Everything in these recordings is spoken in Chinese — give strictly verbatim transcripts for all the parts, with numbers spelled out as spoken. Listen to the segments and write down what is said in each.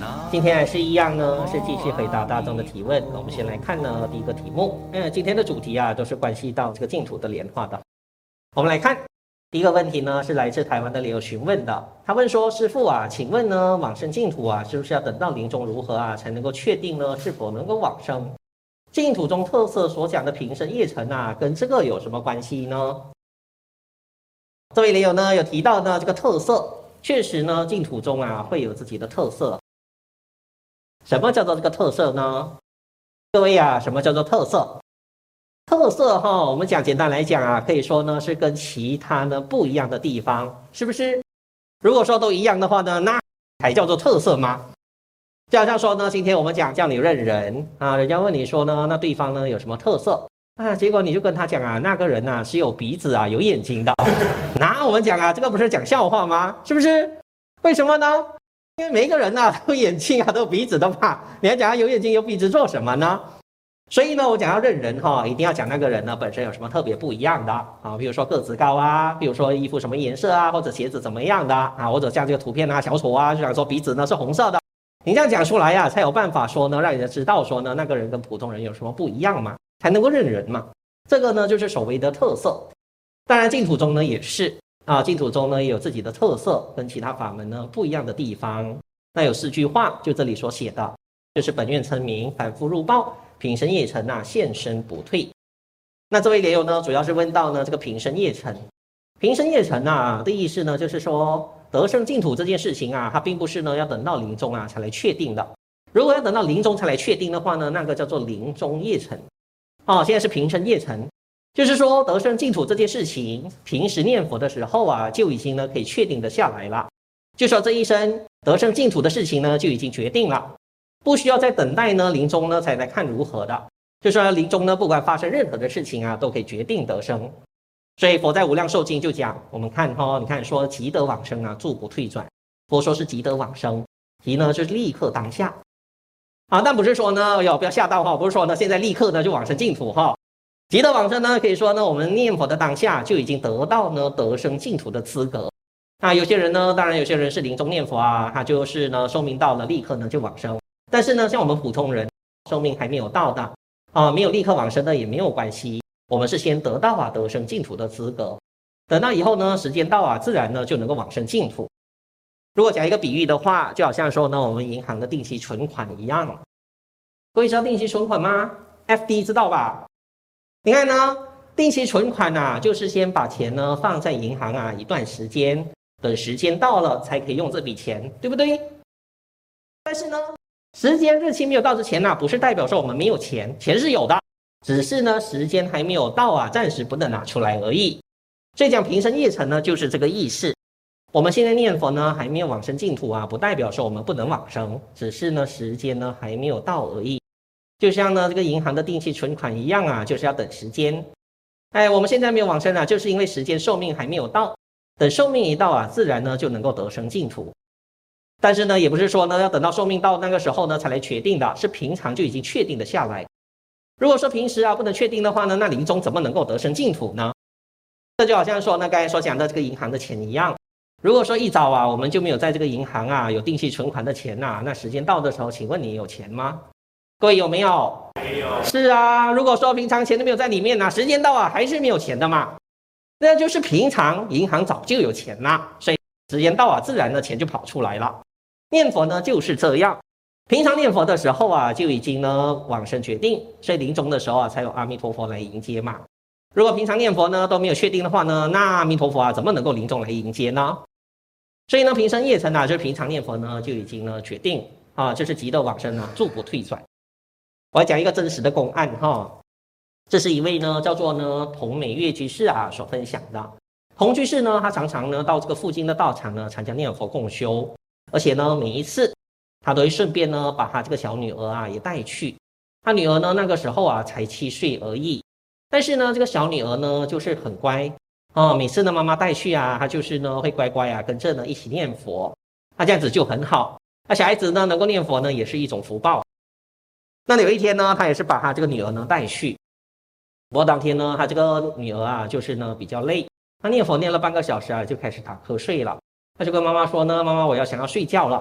今天还是一样呢，是继续回答大众的提问。我们先来看呢第一个题目，嗯，今天的主题啊都是关系到这个净土的莲花的。我们来看第一个问题呢，是来自台湾的莲友询问的。他问说：师父啊，请问呢往生净土啊，是不是要等到临终如何啊，才能够确定呢是否能够往生？净土中特色所讲的平生业成啊，跟这个有什么关系呢？这位莲友呢有提到呢这个特色，确实呢净土中啊会有自己的特色。什么叫做这个特色呢？各位啊，什么叫做特色？特色哈，我们讲简单来讲啊，可以说呢是跟其他呢不一样的地方，是不是？如果说都一样的话呢，那才叫做特色吗？就好像说呢，今天我们讲叫你认人啊，人家问你说呢，那对方呢有什么特色啊？结果你就跟他讲啊，那个人啊是有鼻子啊，有眼睛的。那我们讲啊，这个不是讲笑话吗？是不是？为什么呢？因为每一个人啊都有眼睛啊，都有鼻子的嘛。你还讲他有眼睛有鼻子做什么呢？所以呢，我讲要认人哈，一定要讲那个人呢本身有什么特别不一样的啊，比如说个子高啊，比如说衣服什么颜色啊，或者鞋子怎么样的啊，或者像这个图片啊，小丑啊，就想说鼻子呢是红色的。你这样讲出来呀、啊，才有办法说呢，让人家知道说呢，那个人跟普通人有什么不一样嘛，才能够认人嘛。这个呢就是所谓的特色。当然净土中呢也是啊，净土中呢也有自己的特色，跟其他法门呢不一样的地方。那有四句话，就这里所写的，就是本愿称名，反复入报，平生业成啊，现身不退。那这位莲友呢，主要是问到呢这个平生业成。平生业成啊的意思呢，就是说得生净土这件事情啊，它并不是呢要等到临终啊才来确定的。如果要等到临终才来确定的话呢，那个叫做临终业成。哦，现在是平生业成，就是说得生净土这件事情，平时念佛的时候啊，就已经呢可以确定的下来了。就说这一生得生净土的事情呢，就已经决定了，不需要再等待呢临终呢才来看如何的。就说临终呢，不管发生任何的事情啊，都可以决定得生。所以佛在无量寿经就讲，我们看哈、哦，你看说即得往生啊，住不退转。佛说是即得往生，即呢就是立刻当下啊，但不是说呢，哟不要吓到哈，不是说呢现在立刻呢就往生净土哈。即得往生呢，可以说呢我们念佛的当下就已经得到呢得生净土的资格。那有些人呢，当然有些人是临终念佛啊，他就是呢寿命到了，立刻呢就往生。但是呢，像我们普通人寿命还没有到的啊，没有立刻往生的也没有关系。我们是先得到啊得生净土的资格，等到以后呢，时间到啊，自然呢就能够往生净土。如果讲一个比喻的话，就好像说呢，我们银行的定期存款一样。各位知道定期存款吗 ？F D 知道吧？你看呢，定期存款啊，就是先把钱呢放在银行啊一段时间。等时间到了才可以用这笔钱，对不对？但是呢，时间日期没有到之前呢、啊，不是代表说我们没有钱，钱是有的，只是呢时间还没有到啊，暂时不能拿出来而已。所以讲平生业成呢，就是这个意思。我们现在念佛呢，还没有往生净土啊，不代表说我们不能往生，只是呢时间呢还没有到而已。就像呢这个银行的定期存款一样啊，就是要等时间。哎，我们现在没有往生啊，就是因为时间寿命还没有到。等寿命一到啊，自然呢就能够得生净土。但是呢，也不是说呢要等到寿命到那个时候呢才来确定的，是平常就已经确定的下来。如果说平时啊不能确定的话呢，那临终怎么能够得生净土呢？这就好像说呢刚才所讲的这个银行的钱一样。如果说一早啊我们就没有在这个银行啊有定期存款的钱呐、啊，那时间到的时候，请问你有钱吗？各位有没有？没有。是啊，如果说平常钱都没有在里面啊，时间到啊还是没有钱的嘛。那就是平常银行早就有钱啦，所以时间到啊，自然的钱就跑出来了。念佛呢就是这样，平常念佛的时候啊，就已经呢往生决定，所以临终的时候啊，才有阿弥陀佛来迎接嘛。如果平常念佛呢都没有确定的话呢，那阿弥陀佛啊怎么能够临终来迎接呢？所以呢，平生业成啊，就是平常念佛呢就已经呢决定啊，就是即得往生啊，住不退转。我要讲一个真实的公案哈。这是一位呢叫做呢童美月居士啊所分享的。童居士呢，他常常呢到这个附近的道场呢参加念佛共修，而且呢每一次他都会顺便呢把他这个小女儿啊也带去。他女儿呢那个时候啊才七岁而已，但是呢这个小女儿呢就是很乖啊，每次呢妈妈带去啊，她就是呢会乖乖啊跟着呢一起念佛，那这样子就很好。那小孩子呢能够念佛呢也是一种福报。那有一天呢，他也是把他这个女儿呢带去。不过当天呢，他这个女儿啊，就是呢比较累，他念佛念了半个小时啊，就开始打瞌睡了。他就跟妈妈说呢：“妈妈，我要想要睡觉了。”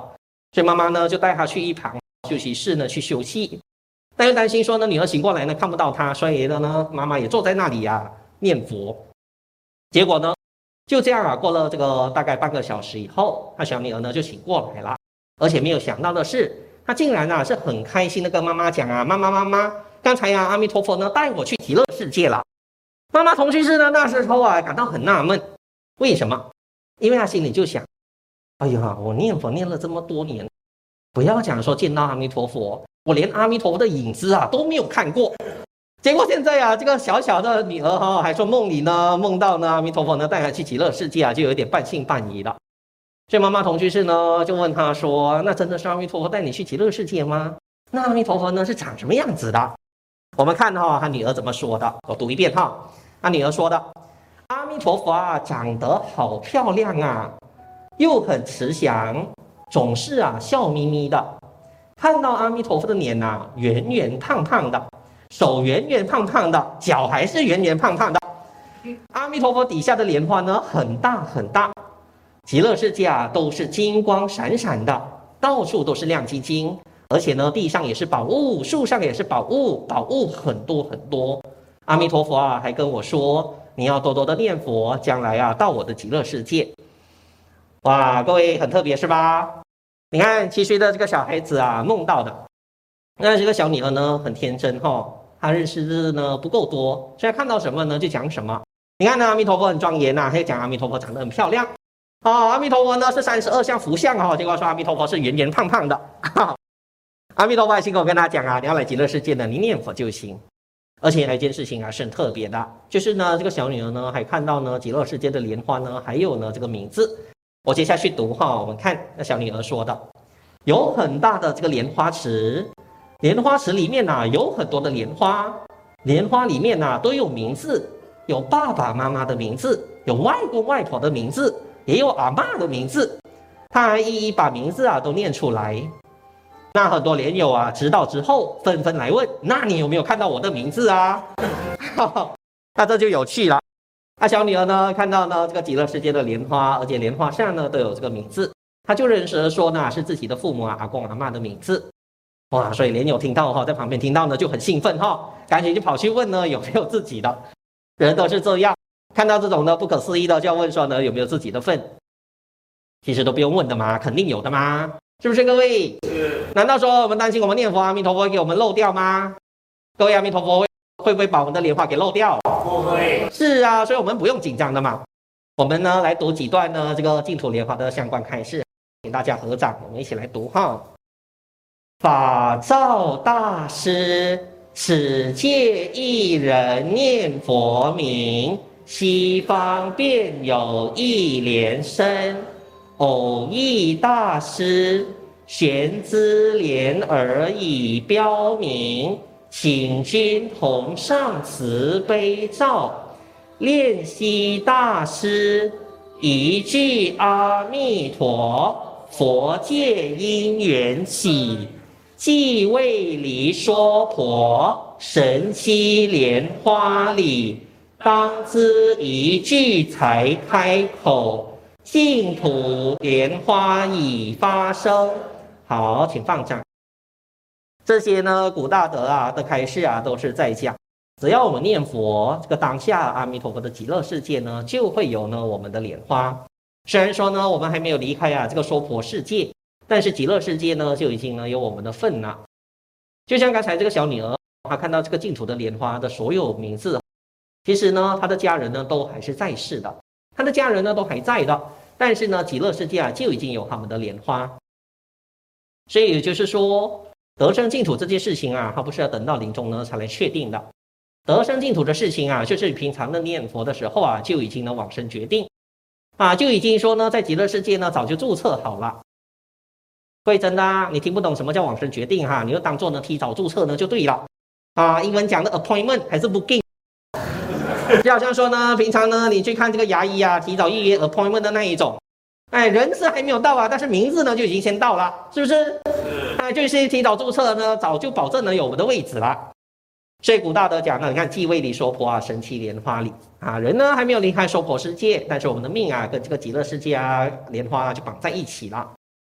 所以妈妈呢就带他去一旁休息室呢去休息，但又担心说呢女儿醒过来呢看不到他，所以呢妈妈也坐在那里啊念佛。结果呢就这样啊，过了这个大概半个小时以后，他小女儿呢就醒过来了，而且没有想到的是，她竟然啊是很开心的跟妈妈讲啊，妈妈妈妈，刚才啊阿弥陀佛呢带我去极乐世界了。妈妈同居士呢那时候啊感到很纳闷，为什么？因为他心里就想，哎呀，我念佛念了这么多年，不要讲说见到阿弥陀佛，我连阿弥陀佛的影子啊都没有看过。结果现在啊，这个小小的女儿哈、哦，还说梦里呢梦到呢阿弥陀佛呢带她去极乐世界啊，就有点半信半疑了。所以妈妈同居士呢就问他说：“那真的是阿弥陀佛带你去极乐世界吗？那阿弥陀佛呢是长什么样子的？”我们看哈、哦，他女儿怎么说的，我读一遍哈。他女儿说的：“阿弥陀佛啊，长得好漂亮啊，又很慈祥，总是啊笑眯眯的。看到阿弥陀佛的脸啊，圆圆胖胖的。”手圆圆胖胖的，脚还是圆圆胖胖的。阿弥陀佛底下的莲花呢，很大很大。极乐世界啊，都是金光闪闪的，到处都是亮晶晶，而且呢，地上也是宝物，树上也是宝物，宝物很多很多。阿弥陀佛啊，还跟我说，你要多多的念佛，将来啊，到我的极乐世界。哇，各位很特别是吧？你看七岁的这个小孩子啊，梦到的。那这个小女儿呢，很天真哈、哦。他认识的呢不够多，所以看到什么呢就讲什么。你看呢，阿弥陀佛很庄严呐、啊，他就讲阿弥陀佛长得很漂亮啊、哦。阿弥陀佛呢是三十二相佛像哈、哦，结果说阿弥陀佛是圆圆胖胖的。阿弥陀佛还辛苦跟他讲啊，你要来极乐世界呢，你念佛就行。而且还有一件事情啊是很特别的，就是呢这个小女儿呢还看到呢极乐世界的莲花呢，还有呢这个名字。我接下去读哈、哦，我们看那小女儿说的，有很大的这个莲花池。莲花池里面啊有很多的莲花，莲花里面啊都有名字，有爸爸妈妈的名字，有外公外婆的名字，也有阿嬷的名字。他还一一把名字啊都念出来。那很多莲友啊知道之后纷纷来问，那你有没有看到我的名字啊？那这就有趣了。那小女儿呢看到呢这个极乐世界的莲花，而且莲花上呢都有这个名字，她就认识说呢是自己的父母啊阿公阿嬷的名字。哇，所以莲友听到哈，在旁边听到呢就很兴奋哈，赶紧就跑去问呢有没有自己的。人都是这样，看到这种呢不可思议的就要问说呢有没有自己的份。其实都不用问的嘛，肯定有的嘛，是不是各位？是。难道说我们担心我们念佛阿弥陀佛给我们漏掉吗？各位阿弥陀佛会会不会把我们的莲花给漏掉？不会。是啊，所以我们不用紧张的嘛。我们呢来读几段呢这个净土莲花的相关开示，请大家合掌，我们一起来读哈。法照大师，此界一人念佛名，西方便有一莲生。偶遇大师，玄之莲而已标明，请君同上慈悲照。念悉大师，一句阿弥陀，佛界因缘起。即为离娑婆，神悉莲花里，当知一句才开口，净土莲花已发生。好，请放掌。这些呢，古大德啊的开示啊，都是在讲，只要我们念佛，这个当下阿弥陀佛的极乐世界呢，就会有呢我们的莲花。虽然说呢，我们还没有离开啊这个娑婆世界。但是极乐世界呢，就已经呢有我们的份了。就像刚才这个小女儿，她看到这个净土的莲花的所有名字，其实呢，她的家人呢都还是在世的，她的家人呢都还在的。但是呢，极乐世界啊就已经有他们的莲花。所以也就是说，得生净土这件事情啊，它不是要等到临终呢才来确定的。得生净土的事情啊，就是平常的念佛的时候啊，就已经能往生决定啊，就已经说呢，在极乐世界呢早就注册好了。所以真的啊，你听不懂什么叫往生决定哈，你就当做呢提早注册呢就对了啊。英文讲的 appointment 还是 booking， 就好像说呢，平常呢你去看这个牙医啊，提早预约 appointment 的那一种，哎，人是还没有到啊，但是名字呢就已经先到了，是不是？是。哎，就是提早注册呢，早就保证了有我们的位置了。所以古大德讲呢，你看即为离娑婆啊，神悉莲花里啊，人呢还没有离开娑婆世界，但是我们的命啊跟这个极乐世界啊莲花啊就绑在一起了。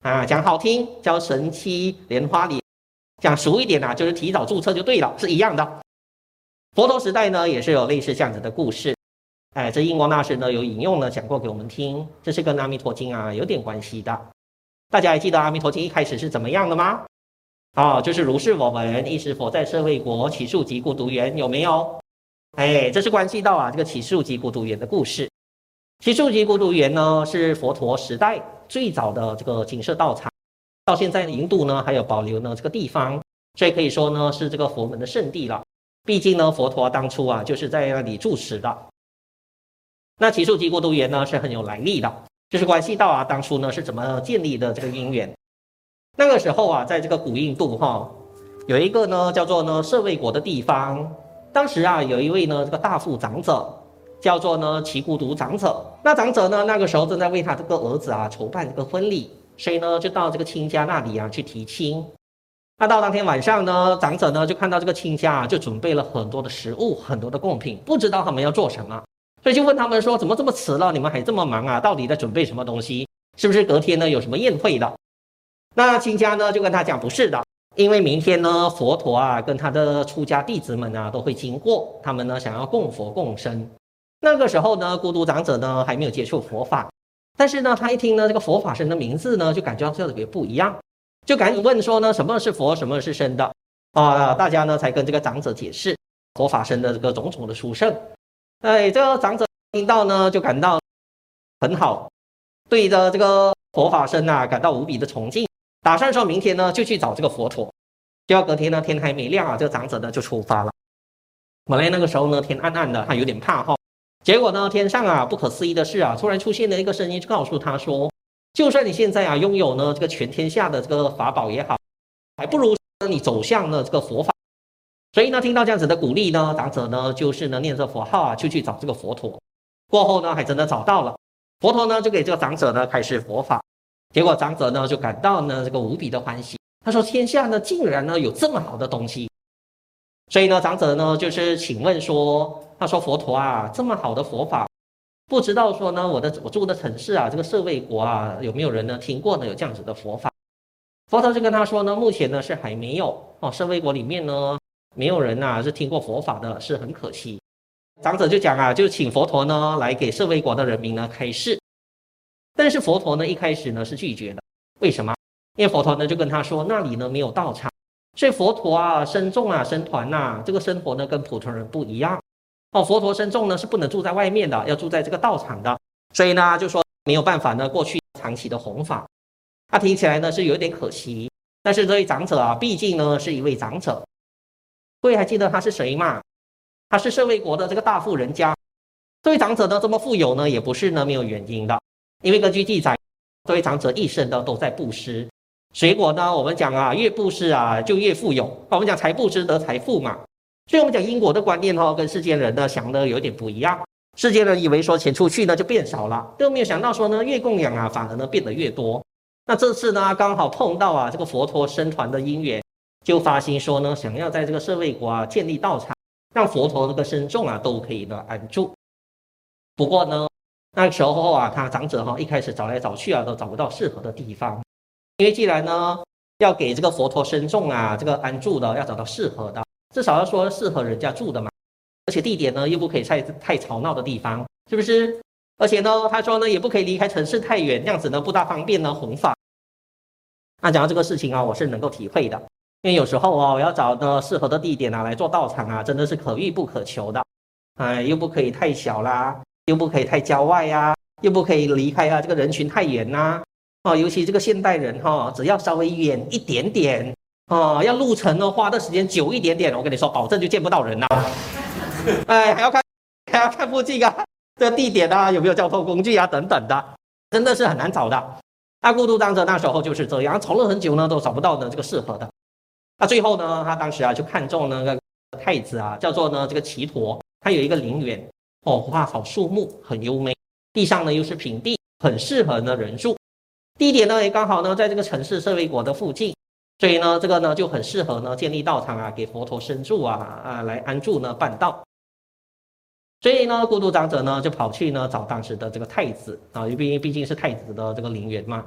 啊，讲好听叫神七莲花莲，讲俗一点啊，就是提早注册就对了，是一样的。佛陀时代呢，也是有类似这样子的故事。哎，这印光大师呢有引用呢讲过给我们听，这是跟《阿弥陀经》啊有点关系的。大家还记得《阿弥陀经》一开始是怎么样的吗？哦，就是如是我闻，一时佛在舍卫国，祇树及孤独园，有没有？哎，这是关系到啊这个祇树及孤独园的故事。祇树及孤独园呢是佛陀时代最早的这个精舍道场，到现在印度呢还有保留呢这个地方，所以可以说呢是这个佛门的圣地了。毕竟呢佛陀当初啊就是在那里住持的。那祇树及孤独园呢是很有来历的，就是关系到啊当初呢是怎么建立的这个因缘。那个时候啊，在这个古印度哈、哦，有一个呢叫做呢舍卫国的地方，当时啊有一位呢这个大富长者，叫做呢祇孤独长者。那长者呢那个时候正在为他这个儿子啊筹办这个婚礼，所以呢就到这个亲家那里啊去提亲。那到当天晚上呢，长者呢就看到这个亲家啊就准备了很多的食物，很多的贡品，不知道他们要做什么。所以就问他们说，怎么这么迟了，你们还这么忙啊？到底在准备什么东西？是不是隔天呢有什么宴会的？那亲家呢就跟他讲，不是的，因为明天呢佛陀啊跟他的出家弟子们啊都会经过，他们呢想要供佛供生。那个时候呢孤独长者呢还没有接触佛法，但是呢他一听呢这个佛法僧的名字呢就感觉到特别不一样，就赶紧问说呢什么是佛，什么是僧的啊？大家呢才跟这个长者解释佛法僧的这个种种的殊胜。哎，这个长者听到呢，就感到很好，对着这个佛法僧啊，感到无比的崇敬，打算说明天呢就去找这个佛陀。结果隔天呢，天还没亮啊，这个长者呢就出发了。本来那个时候呢，天暗暗的，他有点怕哈。结果呢，天上啊，不可思议的是啊，突然出现了一个声音，就告诉他说，就算你现在啊拥有呢这个全天下的这个法宝也好，还不如你走向了这个佛法。所以呢，听到这样子的鼓励呢，长者呢就是呢念着佛号啊，就去找这个佛陀。过后呢，还真的找到了。佛陀呢就给这个长者呢开示佛法，结果长者呢就感到呢这个无比的欢喜。他说：“天下呢竟然呢有这么好的东西。”所以呢，长者呢就是请问说，他说佛陀啊，这么好的佛法，不知道说呢我的我住的城市啊，这个舍卫国啊，有没有人呢听过呢有这样子的佛法？佛陀就跟他说呢，目前呢是还没有哦，舍卫国里面呢。没有人啊是听过佛法的，是很可惜。长者就讲啊，就请佛陀呢来给舍卫国的人民呢开示。但是佛陀呢一开始呢是拒绝的，为什么？因为佛陀呢就跟他说，那里呢没有道场，所以佛陀啊僧众啊僧团啊这个生活呢跟普通人不一样哦。佛陀僧众呢是不能住在外面的，要住在这个道场的，所以呢就说没有办法呢过去长期的弘法。他听起来呢是有点可惜，但是这位长者啊，毕竟呢是一位长者。各位还记得他是谁吗？他是舍卫国的这个大富人家。这位长者呢这么富有呢，也不是呢没有原因的。因为根据记载，这位长者一生呢都在布施。结果呢，我们讲啊，越布施啊就越富有。我们讲财布施得财富嘛。所以我们讲因果的观念哦，跟世间人呢想的有点不一样。世间人以为说钱出去呢就变少了，都没有想到说呢越供养啊反而呢变得越多。那这次呢刚好碰到啊这个佛陀僧团的因缘。就发心说呢，想要在这个舍卫国啊建立道场，让佛陀这个僧众啊都可以呢安住。不过呢，那时候啊，他长者哈、啊、一开始找来找去啊都找不到适合的地方，因为既然呢要给这个佛陀僧众啊这个安住的，要找到适合的，至少要说适合人家住的嘛。而且地点呢又不可以太太吵闹的地方，是不是？而且呢，他说呢也不可以离开城市太远，这样子呢不大方便呢弘法。那讲到这个事情啊，我是能够体会的。因为有时候哦，我要找呢适合的地点啊来做道场啊，真的是可遇不可求的。哎，又不可以太小啦，又不可以太郊外呀、啊，又不可以离开啊这个人群太远呐、啊。哦，尤其这个现代人哈、哦，只要稍微远一点点哦，要路程呢花的时间久一点点，我跟你说，保证就见不到人啦。哎，还要看还要看附近啊，这个地点啊有没有交通工具啊等等的，真的是很难找的。那孤独长者那时候就是这样，找了很久呢都找不到呢这个适合的。那最后呢，他当时啊就看中那个太子啊，叫做呢这个祇陀，他有一个陵园，哦，花草树木很优美，地上呢又是平地，很适合呢人住。地点呢也刚好呢在这个城市舍卫国的附近，所以呢这个呢就很适合呢建立道场啊，给佛陀僧住啊啊来安住呢办道。所以呢孤独长者呢就跑去呢找当时的这个太子啊，因为毕竟是太子的这个陵园嘛。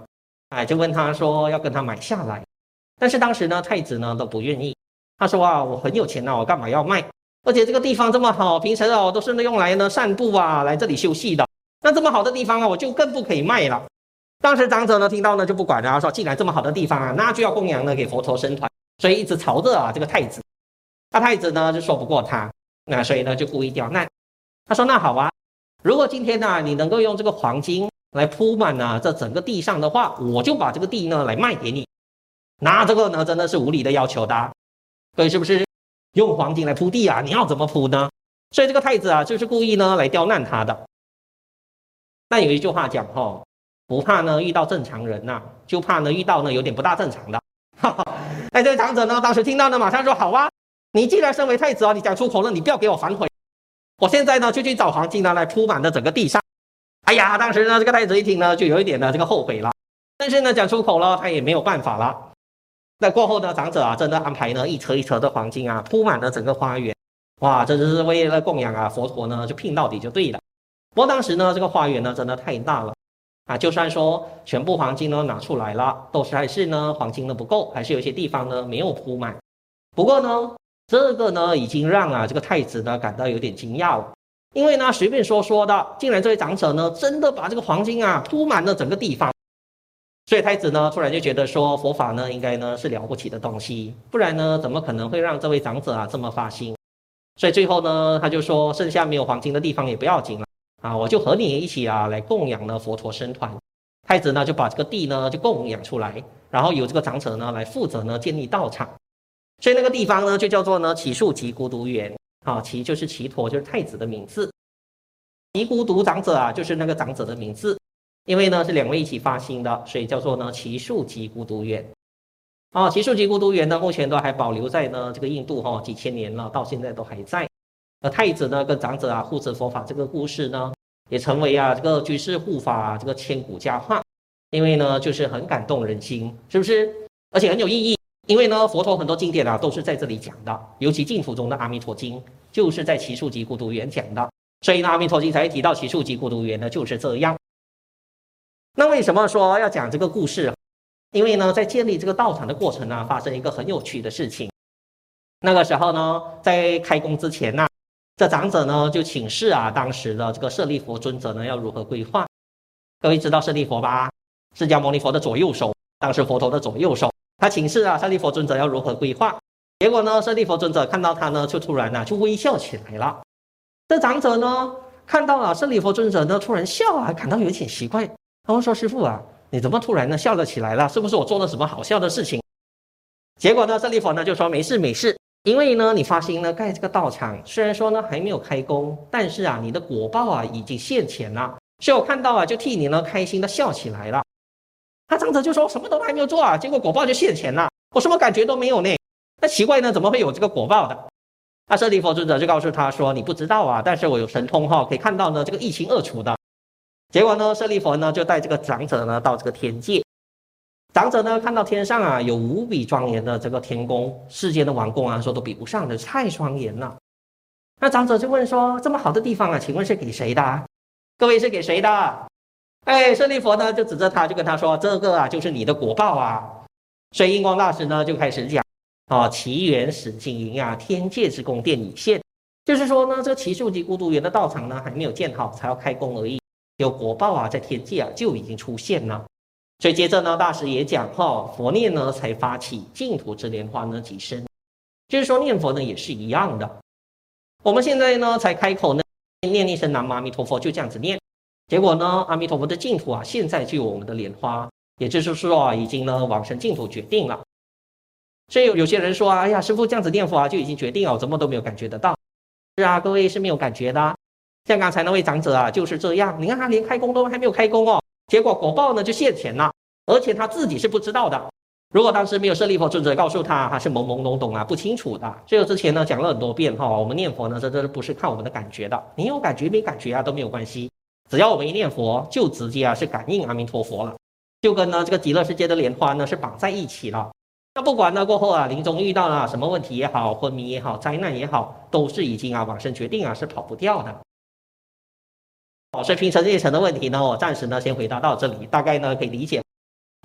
哎，就问他说要跟他买下来。但是当时呢，太子呢都不愿意。他说啊，我很有钱呐、啊，我干嘛要卖？而且这个地方这么好，平时哦都是用来呢散步啊，来这里休息的。那这么好的地方啊，我就更不可以卖了。当时长者呢听到呢就不管了，他说既然这么好的地方啊，那就要供养呢给佛陀僧团，所以一直朝着啊这个太子。那太子呢就说不过他，那所以呢就故意刁难。他说那好啊，如果今天呢、啊、你能够用这个黄金来铺满啊这整个地上的话，我就把这个地呢来卖给你。那这个呢真的是无理的要求的、啊，所以是不是用黄金来铺地啊？你要怎么铺呢？所以这个太子啊就是故意呢来刁难他的。那有一句话讲哈、哦，不怕呢遇到正常人呐、啊，就怕呢遇到呢有点不大正常的。那这位长者呢当时听到呢马上说好啊，你既然身为太子啊，你讲出口了，你不要给我反悔。我现在呢就去找黄金呢来铺满的整个地上。哎呀，当时呢这个太子一听呢就有一点呢这个后悔了，但是呢讲出口了他也没有办法了。那过后呢，长者啊真的安排呢一车一车的黄金啊铺满了整个花园。哇，这就是为了供养啊佛陀呢就拼到底就对了。不过当时呢这个花园呢真的太大了啊，就算说全部黄金呢拿出来了，都是还是呢黄金呢不够，还是有些地方呢没有铺满。不过呢这个呢已经让啊这个太子呢感到有点惊讶了，因为呢随便说说的，竟然这位长者呢真的把这个黄金啊铺满了整个地方。所以太子呢突然就觉得说佛法呢应该呢是了不起的东西，不然呢怎么可能会让这位长者啊这么发心。所以最后呢他就说剩下没有黄金的地方也不要紧了啊，我就和你一起啊来供养呢佛陀僧团。太子呢就把这个地呢就供养出来，然后由这个长者呢来负责呢建立道场。所以那个地方呢就叫做呢祇树吉孤独园啊，祇就是祇陀，就是太子的名字，吉孤独长者啊就是那个长者的名字。因为呢是两位一起发心的，所以叫做呢祇树吉孤独园。啊，祇树吉孤独园呢目前都还保留在呢这个印度哈、哦、几千年了，到现在都还在。而太子呢跟长者啊护持佛法这个故事呢，也成为啊这个居士护法、啊、这个千古佳话。因为呢就是很感动人心，是不是？而且很有意义，因为呢佛陀很多经典啊都是在这里讲的，尤其净土中的阿弥陀经就是在祇树吉孤独园讲的，所以呢阿弥陀经才会提到祇树吉孤独园呢就是这样。那为什么说要讲这个故事？因为呢在建立这个道场的过程呢发生一个很有趣的事情。那个时候呢在开工之前呢、啊、这长者呢就请示啊当时的这个舍利弗尊者呢要如何规划。各位知道舍利弗吧？释迦牟尼佛的左右手，当时佛陀的左右手。他请示啊舍利弗尊者要如何规划。结果呢舍利弗尊者看到他呢就突然呢、啊、就微笑起来了。这长者呢看到了舍利弗尊者呢突然笑啊，感到有点奇怪。他们说师父啊，你怎么突然呢笑了起来了？是不是我做了什么好笑的事情？结果呢舍利弗呢就说没事没事，因为呢你发心呢盖这个道场，虽然说呢还没有开工，但是啊你的果报啊已经现前了，所以我看到啊就替你呢开心的笑起来了。他长者就说什么都还没有做啊，结果果报就现前了，我什么感觉都没有呢？那奇怪呢，怎么会有这个果报的？那舍利弗尊者就告诉他说你不知道啊，但是我有神通哈、哦，可以看到呢这个一清二楚的。结果呢舍利弗呢就带这个长者呢到这个天界。长者呢看到天上啊有无比庄严的这个天宫，世间的王宫啊说都比不上的，太庄严了。那长者就问说这么好的地方啊，请问是给谁的？各位是给谁的？哎，舍利弗呢就指着他就跟他说这个啊就是你的果报啊。所以印光大师呢就开始讲啊，其原始经营啊，天界之宫殿已现，就是说呢这个祇树吉孤独园的道场呢还没有建好，才要开工而已。有果报啊，在天界啊就已经出现了。所以接着呢，大师也讲哈、哦，佛念呢才发起，净土之莲花呢即生。就是说念佛呢也是一样的。我们现在呢才开口呢念一声南无阿弥陀佛，就这样子念。结果呢，阿弥陀佛的净土啊，现在就有我们的莲花，也就是说啊，已经呢往生净土决定了。所以有些人说啊，哎呀，师父这样子念佛啊就已经决定了，我怎么都没有感觉得到。是啊，各位是没有感觉的、啊。像刚才那位长者啊就是这样，你看他连开工都还没有开工哦，结果果报呢就现前了，而且他自己是不知道的。如果当时没有舍利弗尊者告诉他，他是懵懵懂懂啊不清楚的。所以我之前呢讲了很多遍哈、哦，我们念佛呢这这不是看我们的感觉的，你有感觉没感觉啊都没有关系，只要我们一念佛就直接啊是感应阿弥陀佛了，就跟呢这个极乐世界的莲花呢是绑在一起了。那不管呢过后啊临终遇到了什么问题也好，昏迷也好，灾难也好，都是已经啊往生决定啊是跑不掉的。好，所以平成业成的问题呢，我暂时呢先回答到这里，大概呢可以理解。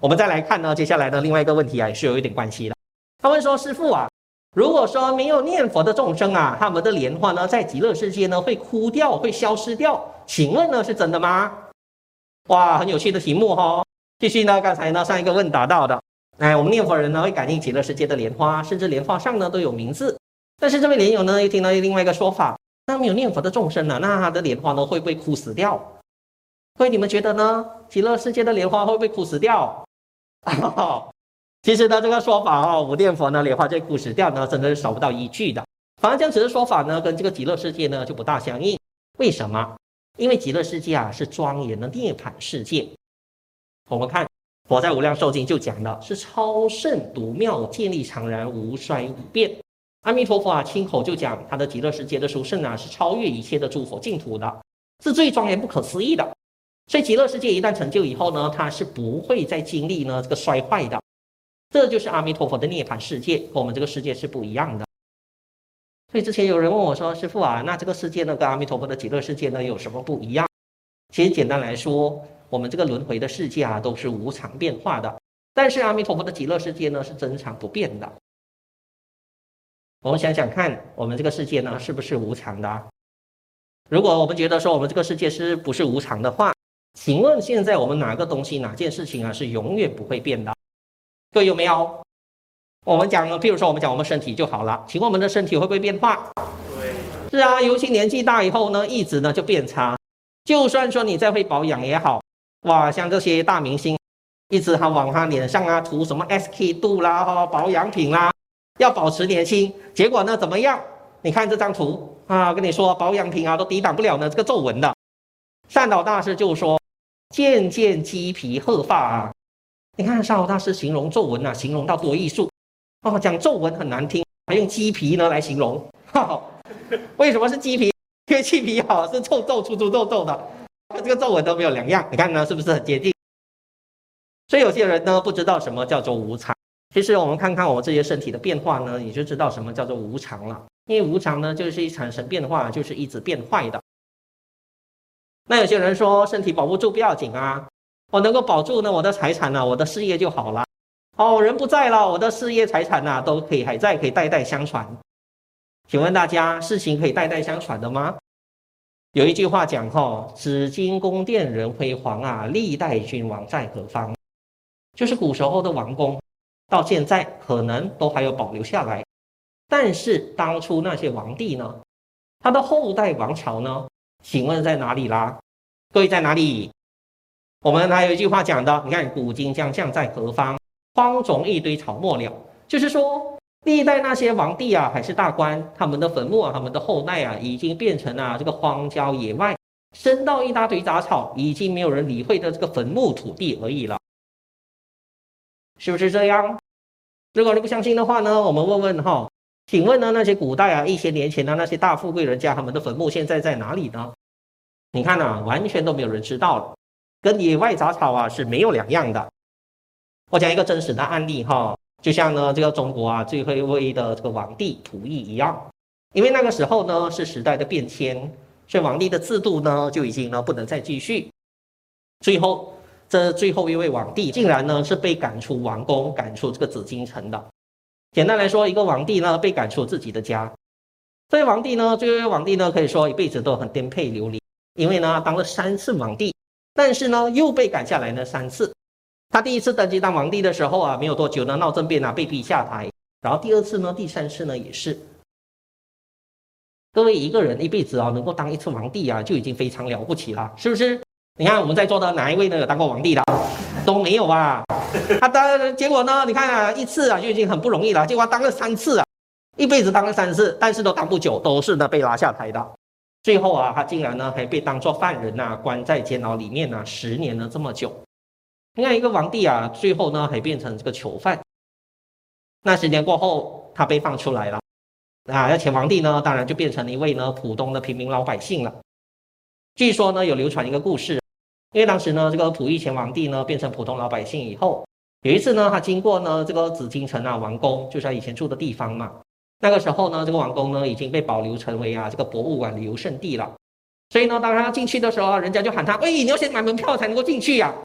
我们再来看呢，接下来的另外一个问题啊，也是有一点关系的。他问说：“师父啊，如果说没有念佛的众生啊，他们的莲花呢，在极乐世界呢会枯掉，会消失掉，请问呢是真的吗？”哇，很有趣的题目哈、哦。继续呢，刚才呢上一个问答到的，哎，我们念佛人呢会感应极乐世界的莲花，甚至莲花上呢都有名字。但是这位莲友呢又听到另外一个说法，那没有念佛的众生呢，那他的莲花呢会不会枯死掉？各位你们觉得呢？极乐世界的莲花会不会枯死掉？其实呢，这个说法哦，无念佛呢，莲花就枯死掉呢，真的是找不到依据的。反而这样子的说法呢，跟这个极乐世界呢就不大相应。为什么？因为极乐世界啊是庄严的涅槃世界。我们看佛在无量寿经就讲了，是超胜独妙，建立常然，无衰无变。阿弥陀佛啊，亲口就讲他的极乐世界的殊胜啊，是超越一切的诸佛净土的，是最庄严不可思议的。所以极乐世界一旦成就以后呢，它是不会再经历呢这个衰坏的。这就是阿弥陀佛的涅槃世界，跟我们这个世界是不一样的。所以之前有人问我说：“师父啊，那这个世界呢，跟阿弥陀佛的极乐世界呢有什么不一样？”其实简单来说，我们这个轮回的世界啊，都是无常变化的，但是阿弥陀佛的极乐世界呢是真常不变的。我们想想看，我们这个世界呢是不是无常的啊？如果我们觉得说我们这个世界是不是无常的话，请问现在我们哪个东西哪件事情啊是永远不会变的？各位有没有？我们讲，譬如说我们讲我们身体就好了，请问我们的身体会不会变化？对，是啊，尤其年纪大以后呢，一直呢就变差。就算说你再会保养也好，哇，像这些大明星，一直他往他脸上啊涂什么 S K 度啦、哈保养品啦，要保持年轻，结果呢怎么样？你看这张图啊，跟你说保养品啊都抵挡不了呢这个皱纹的。善导大师就说：“渐渐鸡皮鹤发啊。”你看善导大师形容皱纹啊，形容到多艺术哦，讲皱纹很难听，还用鸡皮呢来形容。为什么是鸡皮？因为鸡皮好是皱皱粗粗皱皱的，跟这个皱纹都没有两样。你看呢，是不是很接近？所以有些人呢不知道什么叫做无常。其实我们看看我们这些身体的变化呢，你就知道什么叫做无常了。因为无常呢，就是一产生变化，就是一直变坏的。那有些人说身体保不住不要紧啊，我能够保住呢我的财产啊，我的事业就好了。哦，人不在了，我的事业财产啊都可以还在，可以代代相传。请问大家，事情可以代代相传的吗？有一句话讲哦，紫金宫殿人辉煌啊，历代君王在何方？就是古时候的王宫，到现在可能都还有保留下来。但是当初那些皇帝呢，他的后代王朝呢，请问在哪里啦？各位在哪里？我们还有一句话讲的，你看古今将相在何方？荒冢一堆草没了。就是说历代那些皇帝啊，还是大官，他们的坟墓啊，他们的后代啊，已经变成啊这个荒郊野外，生到一大堆杂草，已经没有人理会的这个坟墓土地而已了，是不是这样？如果你不相信的话呢，我们问问哈，请问呢那些古代啊，一千年前的那些大富贵人家，他们的坟墓现在在哪里呢？你看啊，完全都没有人知道了，跟野外杂草啊是没有两样的。我讲一个真实的案例哈。就像呢，这个中国啊最后一位的这个皇帝溥仪一样，因为那个时候呢是时代的变迁，所以皇帝的制度呢就已经呢不能再继续。最后，这最后一位皇帝竟然呢是被赶出王宫，赶出这个紫禁城的。简单来说，一个皇帝呢被赶出自己的家。这位皇帝呢，这位皇帝呢可以说一辈子都很颠沛流离，因为呢当了三次皇帝，但是呢又被赶下来呢三次。他第一次登基当皇帝的时候啊，没有多久呢，闹政变啊，被逼下台。然后第二次呢，第三次呢也是。各位一个人一辈子啊，能够当一次皇帝啊，就已经非常了不起了，是不是？你看我们在座的哪一位呢有当过皇帝的？都没有啊。他当结果呢，你看啊，一次啊就已经很不容易了，结果当了三次啊，一辈子当了三次，但是都当不久，都是呢被拉下台的。最后啊，他竟然呢还被当作犯人啊，关在监牢里面啊，十年了这么久。你看一个皇帝啊，最后呢还变成这个囚犯。那十年过后，他被放出来了，啊，那前皇帝呢，当然就变成一位呢普通的平民老百姓了。据说呢有流传一个故事，因为当时呢这个溥仪前皇帝呢变成普通老百姓以后，有一次呢他经过呢这个紫禁城啊王宫，就是他以前住的地方嘛。那个时候呢这个王宫呢已经被保留成为啊这个博物馆旅游胜地了。所以呢当他进去的时候，人家就喊他：“喂，你要先买门票才能够进去呀、啊。”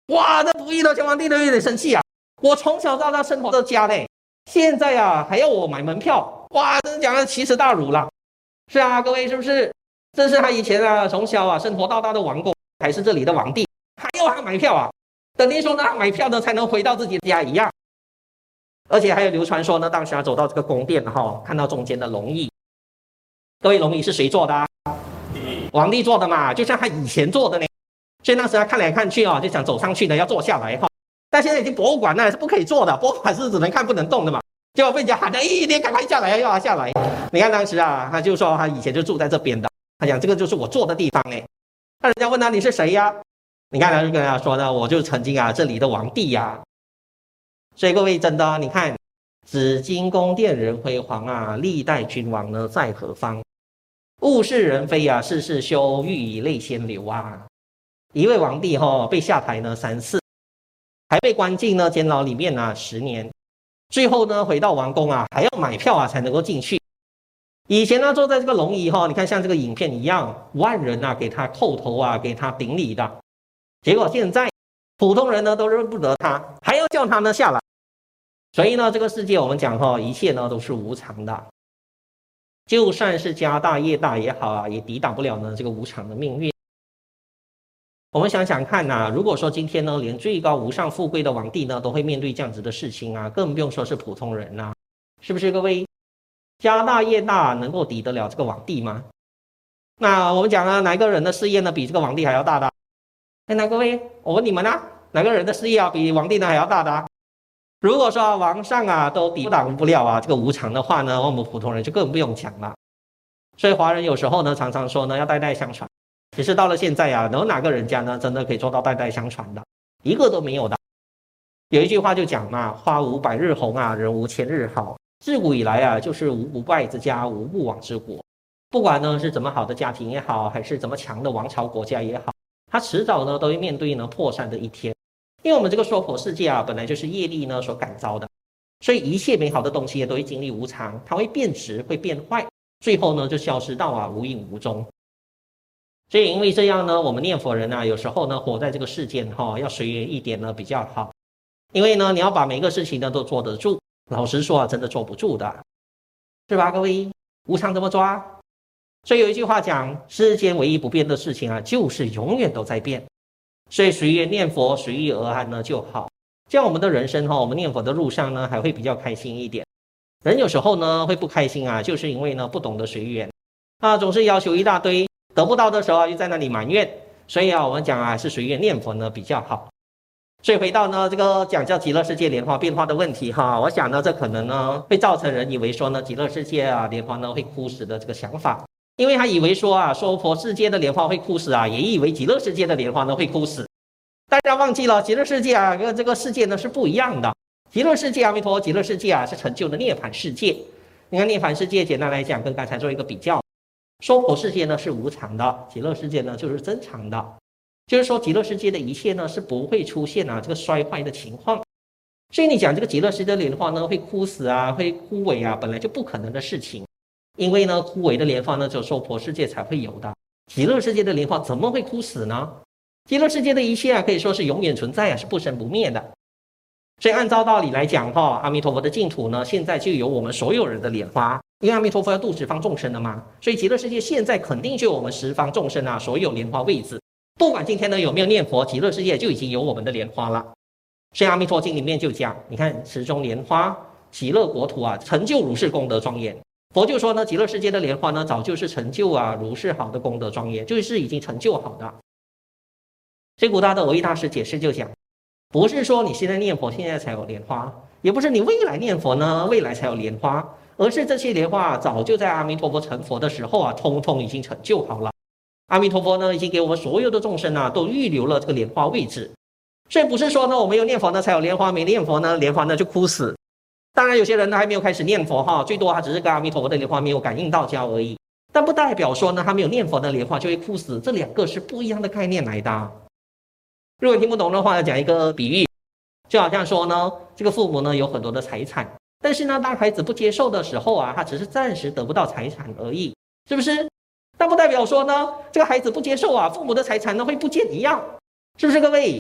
哇，这不义的前皇帝都有点生气啊！我从小到大生活在家嘞，现在啊还要我买门票，哇，真是讲的奇耻大辱了。是啊，各位是不是？这是他以前啊从小啊生活到大的王公，还是这里的皇帝，还要他买票啊？等于说呢，买票呢才能回到自己的家一样。而且还有流传说呢，当时他走到这个宫殿哈、哦，看到中间的龙椅，各位龙椅是谁做的啊？皇帝做的嘛，就像他以前做的呢。所以那时他看来看去啊、哦，就想走上去呢，要坐下来哈、哦。但现在已经博物馆了，是不可以坐的，博物馆是只能看不能动的嘛。结果被人家喊着，哎，你赶快下来，要他下来。你看当时啊，他就说他以前就住在这边的，他讲这个就是我坐的地方呢。那人家问他你是谁呀？你看他就跟他说呢，我就曾经啊这里的皇帝呀。所以各位真的，你看，紫金宫殿人辉煌啊，历代君王呢在何方？物是人非啊，事事休，欲以泪先流啊。一位皇帝哈、哦、被下台呢三次，还被关进呢监牢里面啊十年，最后呢回到王宫啊还要买票啊才能够进去。以前呢坐在这个龙椅哈、哦，你看像这个影片一样，万人啊给他叩头啊给他顶礼的，结果现在普通人呢都认不得他，还要叫他呢下来。所以呢这个世界我们讲哈、哦，一切呢都是无常的，就算是家大业大也好啊，也抵挡不了呢这个无常的命运。我们想想看呐、啊，如果说今天呢，连最高无上富贵的皇帝呢，都会面对这样子的事情啊，更不用说是普通人啦、啊，是不是各位？家大业大能够抵得了这个皇帝吗？那我们讲啊，哪个人的事业呢比这个皇帝还要大的？哎，那各位，我问你们啊，哪个人的事业啊比皇帝呢还要大的、啊？如果说皇上啊都抵挡不了啊这个无常的话呢，我们普通人就更不用讲了。所以华人有时候呢，常常说呢要代代相传。其实到了现在啊，有哪个人家呢真的可以做到代代相传的？一个都没有的。有一句话就讲嘛，花无百日红啊，人无千日好。自古以来啊，就是无不败之家，无不亡之国。不管呢是怎么好的家庭也好，还是怎么强的王朝国家也好，它迟早呢都会面对呢破散的一天。因为我们这个娑婆世界啊，本来就是业力呢所感召的，所以一切美好的东西也都会经历无常，它会变质，会变坏，最后呢就消失到啊无影无踪。所以因为这样呢，我们念佛人啊，有时候呢活在这个世间哈、哦，要随缘一点呢比较好。因为呢，你要把每个事情呢都做得住，老实说啊，真的做不住的，是吧？各位，无常怎么抓？所以有一句话讲，世间唯一不变的事情啊，就是永远都在变。所以随缘念佛，随遇而安呢就好。这样我们的人生哈、哦，我们念佛的路上呢，还会比较开心一点。人有时候呢会不开心啊，就是因为呢不懂得随缘啊，总是要求一大堆。得不到的时候啊，就在那里埋怨，所以啊，我们讲啊，是随缘念佛呢比较好。所以回到呢这个讲叫极乐世界莲花变化的问题哈，我想呢，这可能呢会造成人以为说呢，极乐世界啊莲花呢会枯死的这个想法，因为他以为说啊，娑婆世界的莲花会枯死啊，也以为极乐世界的莲花呢会枯死。大家忘记了，极乐世界啊跟这个世界呢是不一样的。极乐世界阿弥陀佛，极乐世界啊是成就的涅槃世界。你看涅槃世界，简单来讲，跟刚才做一个比较。娑婆世界呢是无常的，极乐世界呢就是真常的，就是说极乐世界的一切呢是不会出现啊这个衰坏的情况。所以你讲这个极乐世界的莲花呢会枯死啊，会枯萎啊，本来就不可能的事情。因为呢枯萎的莲花呢只有娑婆世界才会有的，极乐世界的莲花怎么会枯死呢？极乐世界的一切啊可以说是永远存在啊，是不生不灭的。所以按照道理来讲哈，阿弥陀佛的净土呢现在就有我们所有人的莲花。因为阿弥陀佛要度十方众生的嘛，所以极乐世界现在肯定就有我们十方众生啊所有莲花位置。不管今天呢有没有念佛，极乐世界就已经有我们的莲花了。所以阿弥陀经里面就讲，你看池中莲花，极乐国土啊，成就如是功德庄严。佛就说呢，极乐世界的莲花呢，早就是成就啊如是好的功德庄严，就是已经成就好的。所以古大的蕅益大师解释就讲，不是说你现在念佛现在才有莲花，也不是你未来念佛呢未来才有莲花。而是这些莲花早就在阿弥陀佛成佛的时候啊，通通已经成就好了。阿弥陀佛呢，已经给我们所有的众生啊，都预留了这个莲花位置。所以不是说呢，我们有念佛呢才有莲花，没念佛呢，莲花呢就枯死。当然，有些人呢还没有开始念佛哈，最多他只是跟阿弥陀佛的莲花没有感应到交而已。但不代表说呢，他没有念佛的莲花就会枯死，这两个是不一样的概念来的。如果听不懂的话，讲一个比喻，就好像说呢，这个父母呢有很多的财产。但是呢，当孩子不接受的时候啊，他只是暂时得不到财产而已，是不是？但不代表说呢，这个孩子不接受啊，父母的财产呢会不见一样，是不是各位？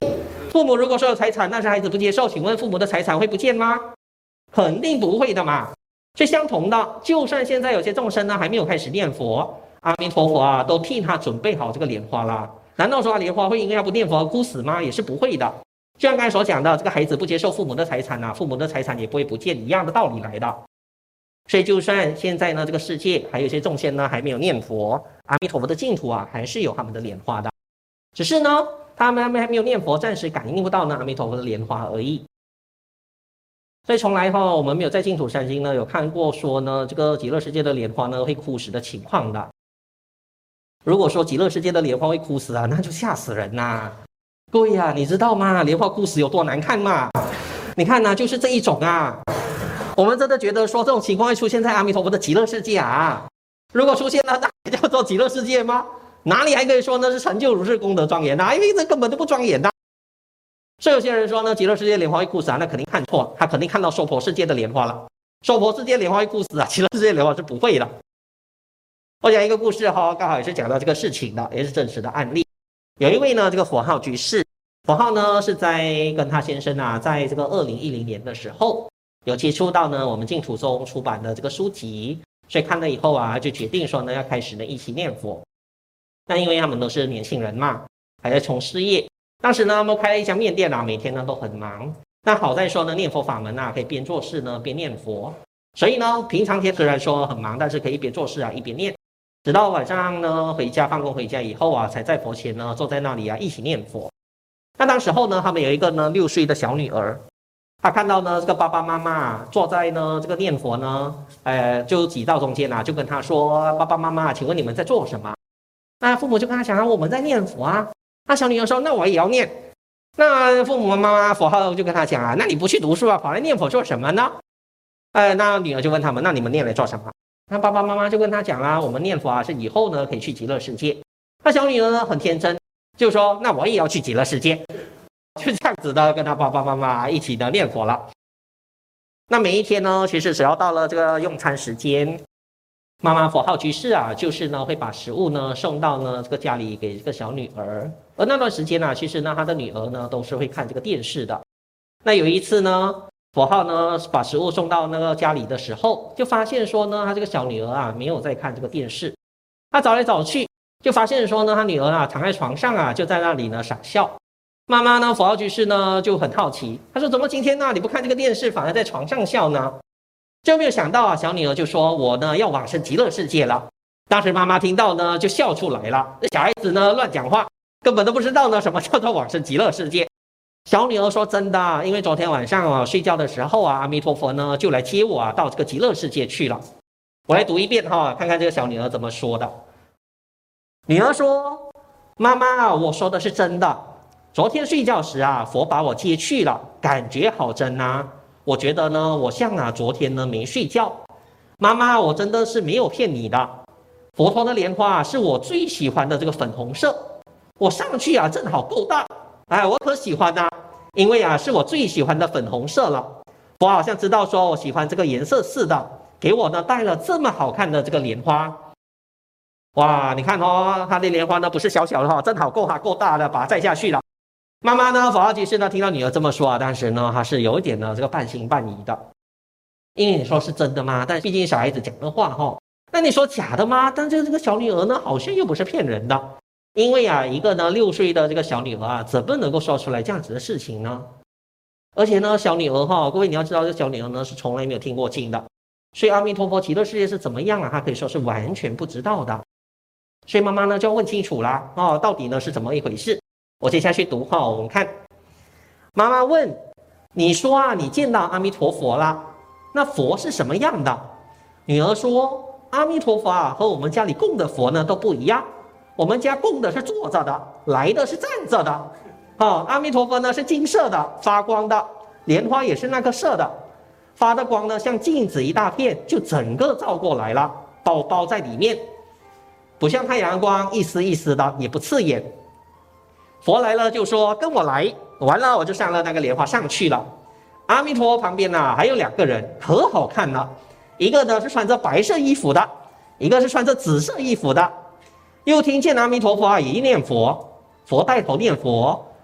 父母如果说有财产，但是孩子不接受，请问父母的财产会不见吗？肯定不会的嘛。所以相同的，就算现在有些众生呢还没有开始念佛，阿弥陀佛啊，都替他准备好这个莲花啦。难道说莲花会因为他不念佛而枯死吗？也是不会的。就像刚才所讲的，这个孩子不接受父母的财产啊，父母的财产也不会不见，一样的道理来的。所以就算现在呢，这个世界还有一些众生呢还没有念佛，阿弥陀佛的净土啊，还是有他们的莲花的。只是呢，他们还没有念佛，暂时感应不到呢阿弥陀佛的莲花而已。所以从来哈，我们没有在净土三经呢有看过说呢，这个极乐世界的莲花呢会枯死的情况的。如果说极乐世界的莲花会枯死啊，那就吓死人呐、啊！各位啊，你知道吗？莲花枯死有多难看吗？你看呢、啊，就是这一种啊。我们真的觉得说这种情况会出现在阿弥陀佛的极乐世界啊？如果出现了，那还叫做极乐世界吗？哪里还可以说呢是成就如是功德庄严啊？因为这根本就不庄严的。所以有些人说呢，极乐世界莲花会枯死啊，那肯定看错了，他肯定看到娑婆世界的莲花了。娑婆世界莲花会枯死啊，极乐世界莲花是不会的。我讲一个故事哈，刚好也是讲到这个事情的，也是真实的案例。有一位呢，这个佛号居士，佛号呢是在跟他先生啊，在这个二零一零年的时候，有接触到呢我们净土宗出版的这个书籍，所以看了以后啊，就决定说呢要开始呢一起念佛。那因为他们都是年轻人嘛，还在从事业。当时呢，他们开了一家面店啊，每天呢都很忙。那好在说呢，念佛法门啊，可以边做事呢边念佛。所以呢，平常天虽然说很忙，但是可以一边做事啊一边念。直到晚上呢，回家放工回家以后啊，才在佛前呢坐在那里啊一起念佛。那当时候呢，他们有一个呢六岁的小女儿，她看到呢这个爸爸妈妈坐在呢这个念佛呢，呃，就挤到中间啊，就跟他说：“爸爸妈妈，请问你们在做什么？”那父母就跟他讲啊：“我们在念佛啊。”那小女儿说：“那我也要念。”那父母妈妈佛号就跟他讲啊：“那你不去读书啊，跑来念佛做什么呢？”呃，那女儿就问他们：“那你们念来做什么？”那爸爸妈妈就跟他讲啊：“我们念佛啊，是以后呢可以去极乐世界。”那小女儿呢很天真，就说：“那我也要去极乐世界。”就这样子的跟他爸爸妈妈一起呢念佛了。那每一天呢，其实只要到了这个用餐时间，妈妈佛号居士啊，就是呢会把食物呢送到呢这个家里给这个小女儿。而那段时间呢、啊，其实呢她的女儿呢都是会看这个电视的。那有一次呢，佛号呢把食物送到那个家里的时候，就发现说呢，他这个小女儿啊没有在看这个电视。他找来找去，就发现说呢，他女儿啊躺在床上啊，就在那里呢傻笑。妈妈呢，佛号居士呢就很好奇，他说：“怎么今天呢你不看这个电视，反而在床上笑呢？”就没有想到啊，小女儿就说：“我呢要往生极乐世界了。”当时妈妈听到呢就笑出来了。这小孩子呢乱讲话，根本都不知道呢什么叫做往生极乐世界。小女儿说：“真的，因为昨天晚上啊睡觉的时候啊，阿弥陀佛呢就来接我啊到这个极乐世界去了。”我来读一遍哈，看看这个小女儿怎么说的。女儿说：“妈妈，我说的是真的。昨天睡觉时啊，佛把我接去了，感觉好真啊。我觉得呢，我像啊昨天呢没睡觉。妈妈，我真的是没有骗你的。佛陀的莲花是我最喜欢的这个粉红色，我上去啊正好够大，哎，我可喜欢啊，因为啊是我最喜欢的粉红色了。佛好像知道说我喜欢这个颜色似的，给我呢带了这么好看的这个莲花。哇，你看哦，它的莲花呢不是小小的哈、哦，正好够它够大的，把它摘下去了。”妈妈呢，佛号居士呢，听到女儿这么说啊，当时呢，她是有一点呢，这个半信半疑的。因为你说是真的吗？但毕竟小孩子讲的话哈、哦，那你说假的吗？但是这个小女儿呢，好像又不是骗人的。因为啊，一个呢六岁的这个小女儿啊，怎么能够说出来这样子的事情呢？而且呢，小女儿哈、哦，各位你要知道，这小女儿呢是从来没有听过经的，所以阿弥陀佛极乐世界是怎么样啊？她可以说是完全不知道的。所以妈妈呢就要问清楚啦，哦，到底呢是怎么一回事？我接下去读哈，我们看，妈妈问：“你说啊，你见到阿弥陀佛啦？那佛是什么样的？”女儿说：“阿弥陀佛啊，和我们家里供的佛呢都不一样。我们家供的是坐着的，来的是站着的。哦，阿弥陀佛呢是金色的，发光的，莲花也是那个色的，发的光呢像镜子一大片，就整个照过来了，包包在里面，不像太阳光一丝一丝的，也不刺眼。”佛来了就说：“跟我来。”完了我就上了那个莲花上去了。阿弥陀佛旁边啊还有两个人，可好看了。一个呢是穿着白色衣服的，一个是穿着紫色衣服的。又听见阿弥陀佛啊也念佛，佛带头念佛，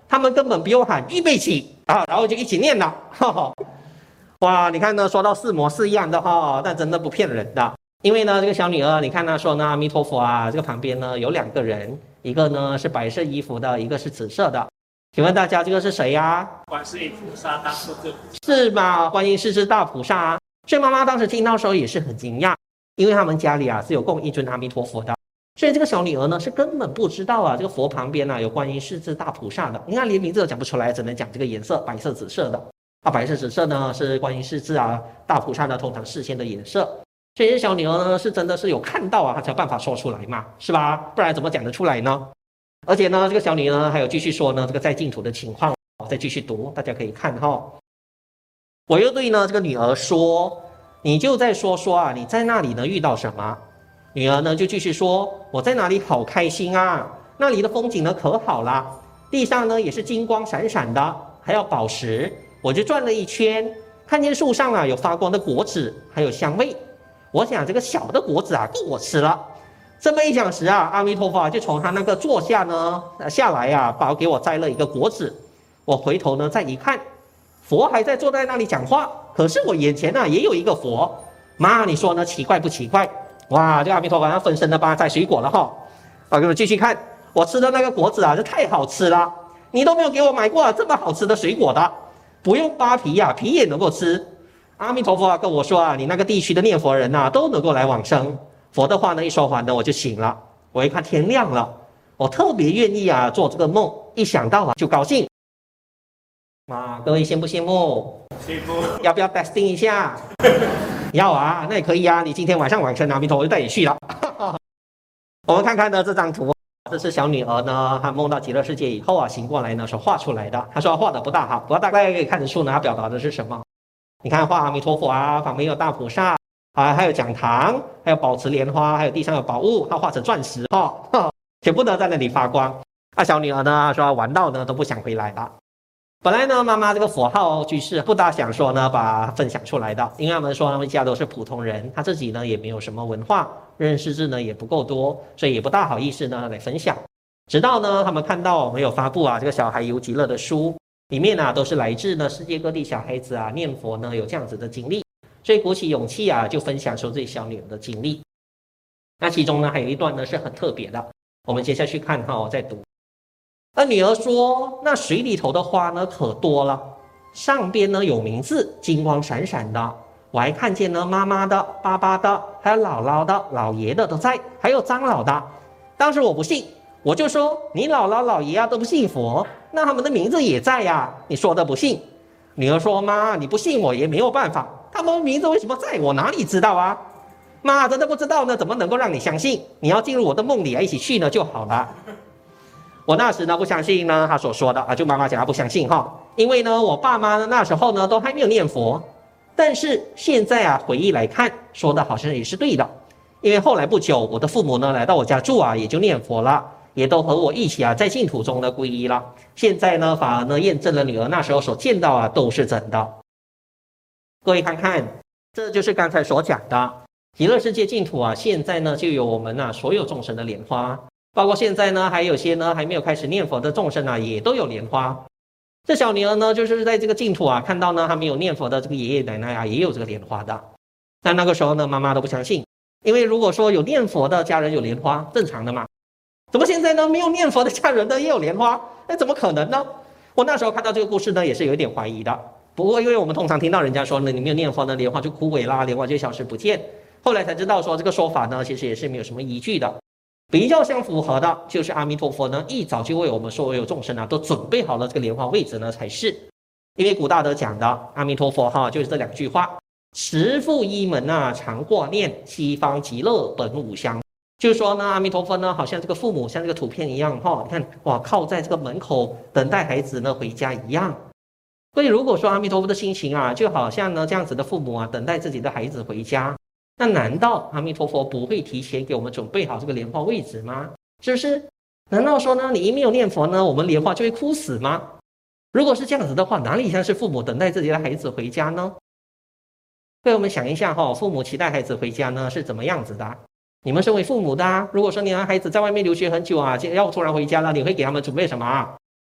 他们根本不用喊预备起啊，然后就一起念了。呵呵哇，你看呢，说到似模似样的哈，但真的不骗人的。因为呢，这个小女儿，你看她说呢，阿弥陀佛啊，这个旁边呢有两个人，一个呢是白色衣服的，一个是紫色的。请问大家这个是谁呀、啊？ 观世音菩萨大势至， 是吗？观音世至大菩萨啊。所以妈妈当时听到的时候也是很惊讶，因为他们家里啊是有供一尊阿弥陀佛的。所以这个小女儿呢是根本不知道啊，这个佛旁边啊有观音世至大菩萨的。你看连名字都讲不出来，只能讲这个颜色，白色、紫色的。啊，白色、紫色呢是观音世至啊大菩萨的通常视线的颜色。所以这小女儿呢是真的是有看到啊，她才有办法说出来嘛，是吧？不然怎么讲得出来呢？而且呢，这个小女儿还有继续说呢，这个在净土的情况，再继续读，大家可以看哈、哦。我又对呢这个女儿说，你就再说说啊，你在那里呢遇到什么？女儿呢就继续说，我在哪里好开心啊，那里的风景呢可好啦，地上呢也是金光闪闪的，还有宝石。我就转了一圈，看见树上啊有发光的果子，还有香味。我想这个小的果子啊够我吃了。这么一讲时啊，阿弥陀佛就从他那个坐下呢下来啊，把给我摘了一个果子。我回头呢再一看，佛还在坐在那里讲话，可是我眼前呢也有一个佛。妈，你说呢？奇怪不奇怪？哇，这个阿弥陀佛要分身的帮他摘水果了哈。啊，给我继续看，我吃的那个果子啊，这太好吃了，你都没有给我买过、啊、这么好吃的水果的，不用扒皮呀、啊，皮也能够吃。阿弥陀佛啊，跟我说啊，你那个地区的念佛人呐、啊，都能够来往生。佛的话呢，一说完呢，我就醒了。我一看天亮了，我特别愿意啊做这个梦，一想到啊就高兴。啊，各位羡不羡慕？ 羡慕。 要不要 testing 一下？要啊，那也可以啊。你今天晚上往生，阿弥陀佛就带你去了。我们看看呢这张图，这是小女儿呢，她梦到极乐世界以后啊，醒过来呢，所画出来的。她说画的不大好，不过大概可以看得出呢，她表达的是什么。你看画阿弥陀佛啊，旁边有大菩萨啊，还有讲堂，还有宝池莲花，还有地上有宝物，它画成钻石哈、哦，全部都在那里发光。啊，小女儿呢说玩到呢都不想回来了。本来呢，妈妈这个佛号居士不大想说呢，把它分享出来的，因为他们说他们家都是普通人，他自己呢也没有什么文化，认识字呢也不够多，所以也不大好意思呢来分享。直到呢，他们看到我们有发布啊这个小孩游极乐的书，里面啊都是来自呢世界各地小孩子啊念佛呢有这样子的经历，所以鼓起勇气啊就分享说自己小女儿的经历。那其中呢还有一段呢是很特别的，我们接下去看哈，我再读。那女儿说，那水里头的花呢可多了，上边呢有名字，金光闪闪的，我还看见呢妈妈的、爸爸的，还有姥姥的、姥爷的都在，还有长老的。当时我不信，我就说你姥姥姥爷啊都不信佛，那他们的名字也在呀、啊，你说的不信。女儿说，妈，你不信我也没有办法，他们名字为什么在我哪里知道啊？妈真的不知道呢，怎么能够让你相信？你要进入我的梦里啊，一起去呢就好了。我那时呢不相信呢他所说的啊，就妈妈讲他不相信哈，因为呢我爸妈呢那时候呢都还没有念佛，但是现在啊回忆来看，说的好像也是对的，因为后来不久我的父母呢来到我家住啊，也就念佛了，也都和我一起啊在净土中呢皈依了。现在呢反而呢验证了女儿那时候所见到啊都是真的。各位看看，这就是刚才所讲的极乐世界净土啊，现在呢就有我们啊所有众生的莲花。包括现在呢，还有些呢还没有开始念佛的众生啊，也都有莲花。这小女儿呢，就是在这个净土啊，看到呢还没有念佛的这个爷爷奶奶啊，也有这个莲花的。但那个时候呢，妈妈都不相信，因为如果说有念佛的家人有莲花，正常的嘛。怎么现在呢，没有念佛的家人呢也有莲花？那怎么可能呢？我那时候看到这个故事呢，也是有一点怀疑的。不过，因为我们通常听到人家说呢，你没有念佛呢，莲花就枯萎啦，莲花就消失不见。后来才知道说这个说法呢，其实也是没有什么依据的。比较相符合的就是阿弥陀佛呢，一早就为我们所有众生啊都准备好了这个莲花位置呢才是。因为古大德讲的阿弥陀佛哈，就是这两句话：十父一门啊，常挂念，西方极乐本无相。就是说呢，阿弥陀佛呢，好像这个父母像这个图片一样哈，你看哇，靠在这个门口等待孩子呢回家一样。所以如果说阿弥陀佛的心情啊，就好像呢这样子的父母啊，等待自己的孩子回家。那难道阿弥陀佛不会提前给我们准备好这个莲花位置吗？是不是？难道说呢，你一没有念佛呢，我们莲花就会枯死吗？如果是这样子的话，哪里像是父母等待自己的孩子回家呢？所以我们想一下哈、哦，父母期待孩子回家呢是怎么样子的？你们身为父母的、啊，如果说你让孩子在外面留学很久啊，要突然回家了，你会给他们准备什么啊？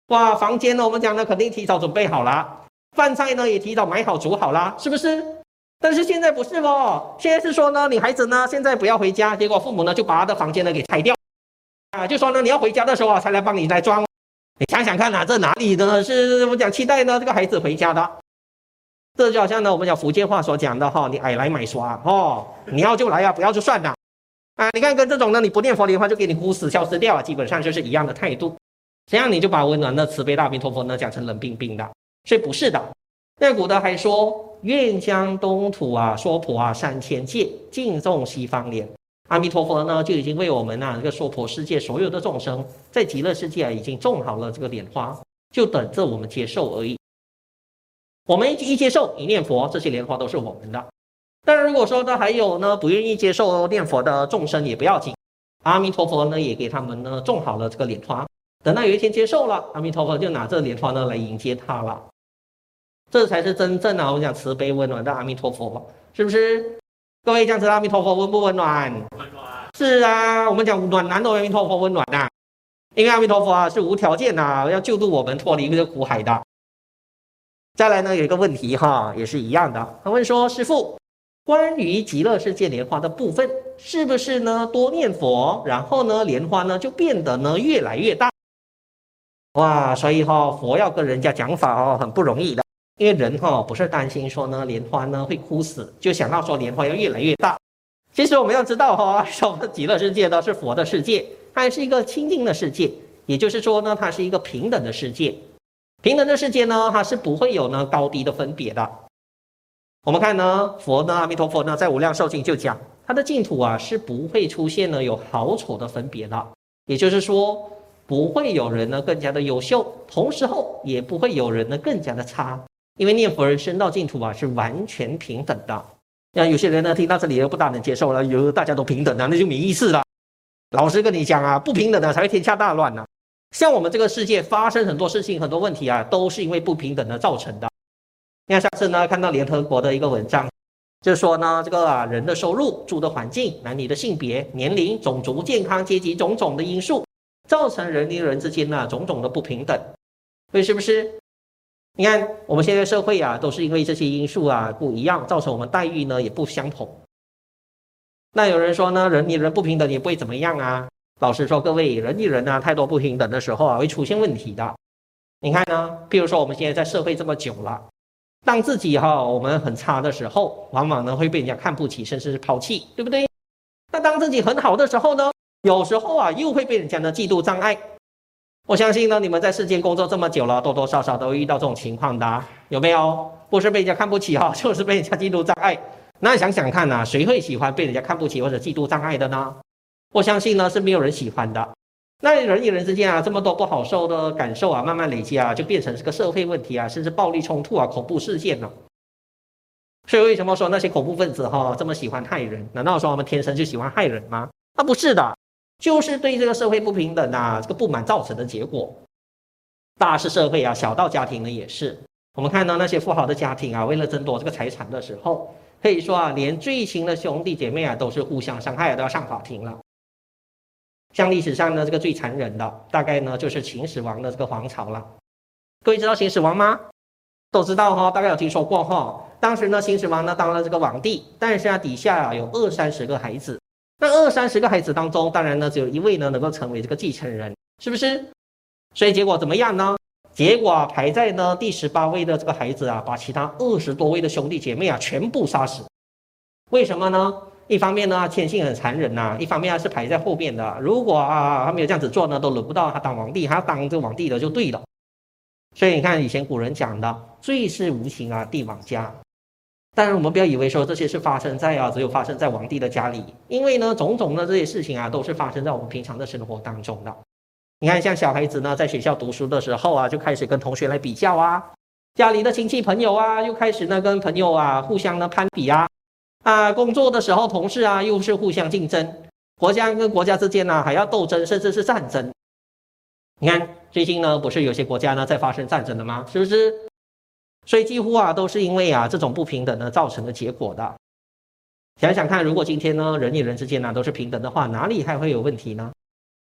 哇，房间呢，我们讲呢肯定提早准备好了，饭菜呢也提早买好煮好了，是不是？但是现在不是哦，现在是说呢，你孩子呢现在不要回家，结果父母呢就把他的房间呢给拆掉，啊，就说呢你要回家的时候啊才来帮你来装。你想想看啊，这哪里呢是我们讲期待呢这个孩子回家的？这就好像呢我们讲福建话所讲的哈、哦，你矮来买刷哦，你要就来啊，不要就算了啊。你看跟这种呢你不念佛莲花就给你呼死消失掉啊，基本上就是一样的态度。这样你就把温暖的慈悲大阿弥陀佛呢讲成冷冰冰的，所以不是的。那古德还说，愿将东土啊娑婆啊三千界，尽种西方莲。阿弥陀佛呢就已经为我们啊这个娑婆世界所有的众生，在极乐世界啊已经种好了这个莲花，就等着我们接受而已。我们一接受一念佛，这些莲花都是我们的。但如果说呢还有呢不愿意接受念佛的众生也不要紧，阿弥陀佛呢也给他们呢种好了这个莲花。等到有一天接受了，阿弥陀佛就拿这莲花呢来迎接他了。这才是真正啊我们讲慈悲温暖的阿弥陀佛，是不是？各位这样子阿弥陀佛温不温暖？ 温暖。 是啊，我们讲暖男的阿弥陀佛温暖啊，因为阿弥陀佛啊是无条件啊要救度我们脱离这个苦海的。再来呢有一个问题哈，也是一样的，他问说，师父，关于极乐世界莲花的部分，是不是呢多念佛，然后呢莲花呢就变得呢越来越大？哇，所以哈、哦、佛要跟人家讲法哦很不容易的。因为人哈、哦、不是担心说呢莲花呢会枯死，就想到说莲花要越来越大。其实我们要知道哈、哦，说的极乐世界呢是佛的世界，它是一个清净的世界，也就是说呢它是一个平等的世界。平等的世界呢它是不会有呢高低的分别的。我们看呢佛呢阿弥陀佛呢在无量寿经就讲，它的净土啊是不会出现呢有好丑的分别的，也就是说不会有人呢更加的优秀，同时候也不会有人呢更加的差。因为念佛人生到净土啊是完全平等的。那有些人呢听到这里又不大能接受了，有大家都平等啊，那就没意思了。老实跟你讲啊，不平等的才会天下大乱啊。像我们这个世界发生很多事情很多问题啊，都是因为不平等的造成的。你看上次呢看到联合国的一个文章，就是说呢这个啊人的收入、住的环境、男女的性别、年龄、种族、健康、阶级种种的因素，造成人与人之间呢种种的不平等。所以是不是？你看我们现在社会啊都是因为这些因素啊不一样，造成我们待遇呢也不相同。那有人说呢人与人不平等也不会怎么样啊。老实说各位，人与人啊太多不平等的时候啊会出现问题的。你看呢，譬如说我们现在在社会这么久了，当自己哈、哦、我们很差的时候，往往呢会被人家看不起，甚至是抛弃，对不对？那当自己很好的时候呢，有时候啊又会被人家呢嫉妒障碍。我相信呢你们在世间工作这么久了，多多少少都会遇到这种情况的，有没有？不是被人家看不起哈、哦，就是被人家嫉妒障碍。那想想看啊，谁会喜欢被人家看不起或者嫉妒障碍的呢？我相信呢是没有人喜欢的。那人与人之间啊这么多不好受的感受啊，慢慢累积啊，就变成这个社会问题啊，甚至暴力冲突啊、恐怖事件了。所以为什么说那些恐怖分子哈、哦、这么喜欢害人？难道说我们天生就喜欢害人吗？那不是的，就是对这个社会不平等啊这个不满造成的结果。大是社会啊，小到家庭呢也是。我们看到那些富豪的家庭啊，为了争夺这个财产的时候，可以说啊连最亲的兄弟姐妹啊都是互相伤害，都要上法庭了。像历史上呢这个最残忍的大概呢就是秦始皇的这个皇朝了。各位知道秦始皇吗？都知道哈、哦，大概有听说过哈、哦。当时呢秦始皇呢当了这个皇帝，但是啊底下啊有二三十个孩子，那二三十个孩子当中，当然呢只有一位呢能够成为这个继承人，是不是？所以结果怎么样呢？结果啊排在呢第十八位的这个孩子啊，把其他二十多位的兄弟姐妹啊全部杀死。为什么呢？一方面呢天性很残忍呐、啊，一方面是排在后面的。如果啊他没有这样子做呢，都轮不到他当皇帝，他当这个皇帝的就对了。所以你看以前古人讲的最是无情啊帝王家。当然我们不要以为说这些是发生在啊只有发生在皇帝的家里，因为呢种种的这些事情啊都是发生在我们平常的生活当中的。你看像小孩子呢在学校读书的时候啊，就开始跟同学来比较啊，家里的亲戚朋友啊又开始呢跟朋友啊互相呢攀比啊。啊，工作的时候同事啊又是互相竞争，国家跟国家之间呢、啊、还要斗争，甚至是战争。你看最近呢不是有些国家呢在发生战争了吗？是不是？所以几乎啊都是因为啊这种不平等呢造成的结果的。想想看，如果今天呢人与人之间呢、啊、都是平等的话，哪里还会有问题呢？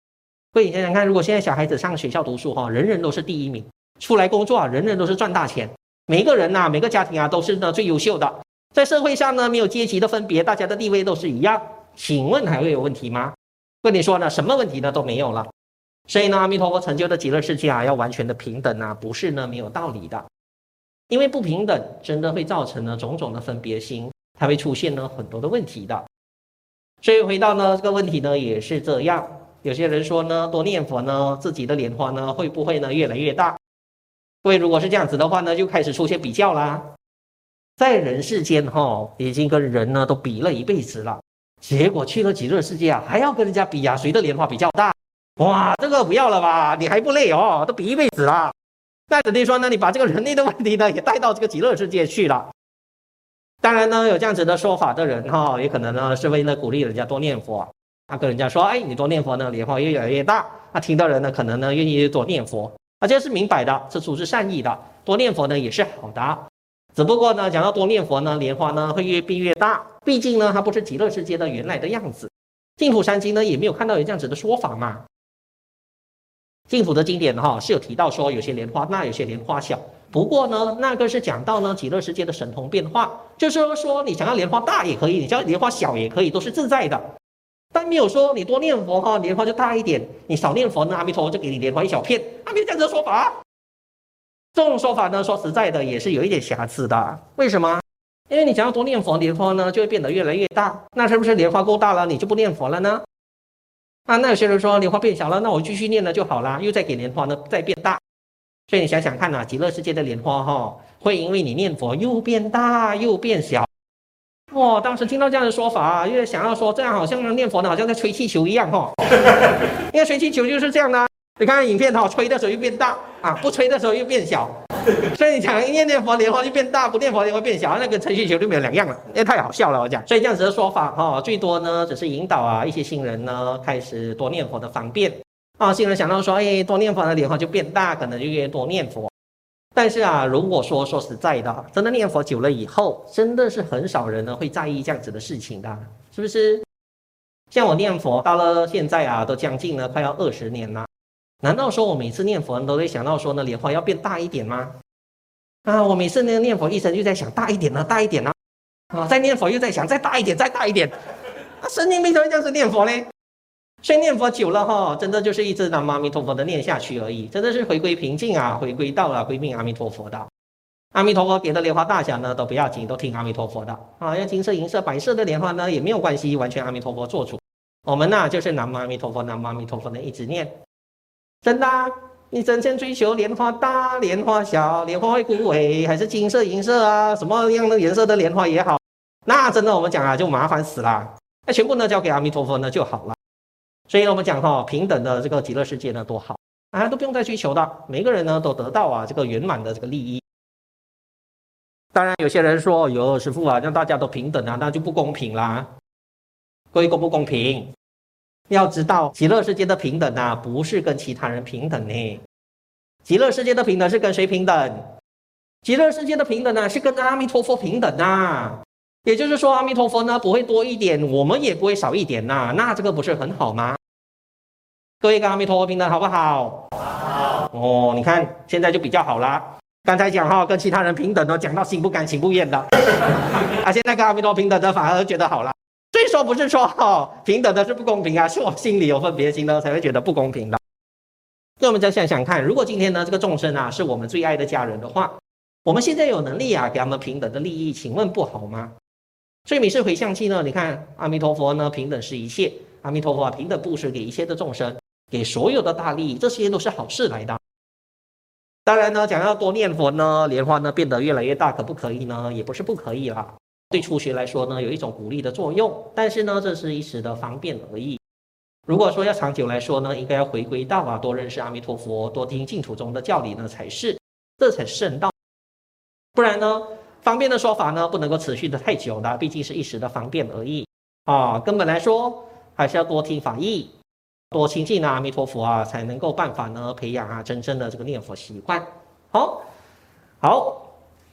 所以你想想看，如果现在小孩子上学校读书哈，人人都是第一名，出来工作啊，人人都是赚大钱，每一个人呐、啊，每个家庭啊都是呢最优秀的，在社会上呢没有阶级的分别，大家的地位都是一样，请问还会有问题吗？跟你说呢，什么问题呢都没有了。所以呢，阿弥陀佛成就的极乐世界啊，要完全的平等啊，不是呢没有道理的。因为不平等，真的会造成呢种种的分别心，它会出现呢很多的问题的。所以回到呢这个问题呢，也是这样。有些人说呢，多念佛呢，自己的莲花呢会不会呢越来越大？各位如果是这样子的话呢，就开始出现比较啦。在人世间哈、哦，已经跟人呢都比了一辈子了，结果去了极乐世界啊，还要跟人家比啊，谁的莲花比较大？哇，这个不要了吧，你还不累哦，都比一辈子了。那等于说呢，你把这个人类的问题呢也带到这个极乐世界去了。当然呢，有这样子的说法的人哈、哦，也可能呢是为了鼓励人家多念佛。他跟人家说，哎，你多念佛呢，莲花越来越大。那听到人呢，可能呢愿意多念佛，啊，这是明白的，是出自善意的。多念佛呢也是好的，只不过呢，讲到多念佛呢，莲花呢会越变越大。毕竟呢，它不是极乐世界的原来的样子。净土三经呢也没有看到有这样子的说法嘛。净土的经典哈、哦、是有提到说，有些莲花大，有些莲花小。不过呢，那个是讲到呢极乐世界的神通变化，就是说你想要莲花大也可以，你想要莲花小也可以，都是自在的。但没有说你多念佛哈，莲花就大一点；你少念佛呢，阿弥陀佛就给你莲花一小片，他没有这样子的说法。这种说法呢，说实在的也是有一点瑕疵的。为什么？因为你想要多念佛，莲花呢就会变得越来越大。那是不是莲花够大了，你就不念佛了呢？啊，那有些人说莲花变小了，那我继续念了就好了，又再给莲花呢再变大。所以你想想看啊，极乐世界的莲花哈、哦，会因为你念佛又变大又变小。哇、哦！当时听到这样的说法啊，因为想要说这样好像念佛呢，好像在吹气球一样哈、哦。因为吹气球就是这样的、啊，你看影片哈、哦，吹的时候又变大啊，不吹的时候又变小。所以你讲念念佛莲花就变大，不念佛莲花变小，那跟吹气球就没有两样了，因为太好笑了我讲。所以这样子的说法哈、哦，最多呢只是引导啊一些新人呢开始多念佛的方便啊，新人想到说，哎，多念佛的莲花就变大，可能就越多念佛。但是啊，如果说说实在的，真的念佛久了以后，真的是很少人呢会在意这样子的事情的，是不是？像我念佛到了现在啊，都将近了快要二十年了，难道说我每次念佛都会想到说呢，莲花要变大一点吗？啊，我每次呢念佛一生就在想大一点呢，大一点呢，啊，再念佛又在想再大一点，再大一点，啊，神经病怎么这样子念佛呢？所以念佛久了哈，真的就是一直南无阿弥陀佛的念下去而已，真的是回归平静啊，回归到了归命阿弥陀佛的。阿弥陀佛点的莲花大小呢都不要紧，都听阿弥陀佛的啊。要金色、银色、白色的莲花呢也没有关系，完全阿弥陀佛做主。我们呢就是南无阿弥陀佛，南无阿弥陀佛的一直念。真的、啊，你真正追求莲花大、莲花小、莲花会枯萎，还是金色、银色啊，什么样的颜色的莲花也好，那真的我们讲啊就麻烦死了。那全部呢交给阿弥陀佛呢就好了。所以我们讲哈、哦，平等的这个极乐世界呢多好啊，都不用再追求的，每个人呢都得到啊这个圆满的这个利益。当然有些人说，哟师父啊，让大家都平等啊，那就不公平啦。各位公不公平？要知道极乐世界的平等啊，不是跟其他人平等呢。极乐世界的平等是跟谁平等？极乐世界的平等呢，是跟阿弥陀佛平等啊。也就是说，阿弥陀佛呢不会多一点，我们也不会少一点呐、啊，那这个不是很好吗？各位跟阿弥陀佛平等好不好？好。哦，你看现在就比较好啦。刚才讲哈、哦，跟其他人平等哦，讲到心不甘情不愿的，啊，现在跟阿弥陀平等的反而觉得好了。所以说不是说哦平等的是不公平啊，是我心里有分别心的才会觉得不公平的。那我们再想想看，如果今天呢这个众生啊是我们最爱的家人的话，我们现在有能力啊给他们平等的利益，请问不好吗？所以每次回向期呢，你看阿弥陀佛呢平等是一切，阿弥陀佛、啊、平等布施给一切的众生，给所有的大利益，这些都是好事来的。当然呢，讲要多念佛呢，莲花呢变得越来越大，可不可以呢？也不是不可以啦。对初学来说呢，有一种鼓励的作用，但是呢，这是一时的方便而已。如果说要长久来说呢，应该要回归到啊，多认识阿弥陀佛，多听净土中的教理呢，才是，这才是圣道。不然呢，方便的说法呢，不能够持续的太久的，毕竟是一时的方便而已啊。根本来说，还是要多听法义，多亲近阿弥陀佛啊，才能够办法呢培养啊真正的这个念佛习惯。好，好，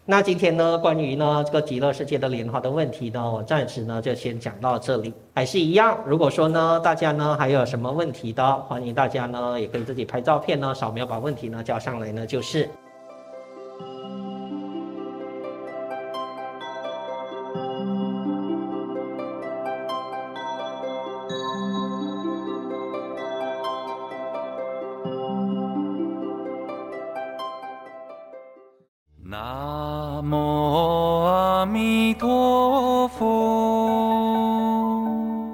那今天呢，关于呢这个极乐世界的莲花的问题呢，我暂时呢就先讲到这里。还是一样，如果说呢大家呢还有什么问题的，欢迎大家呢也可以自己拍照片呢，扫描把问题呢交上来呢就是。 南无阿弥陀佛，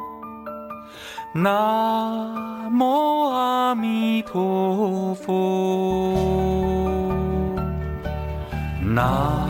南无阿弥陀佛，南。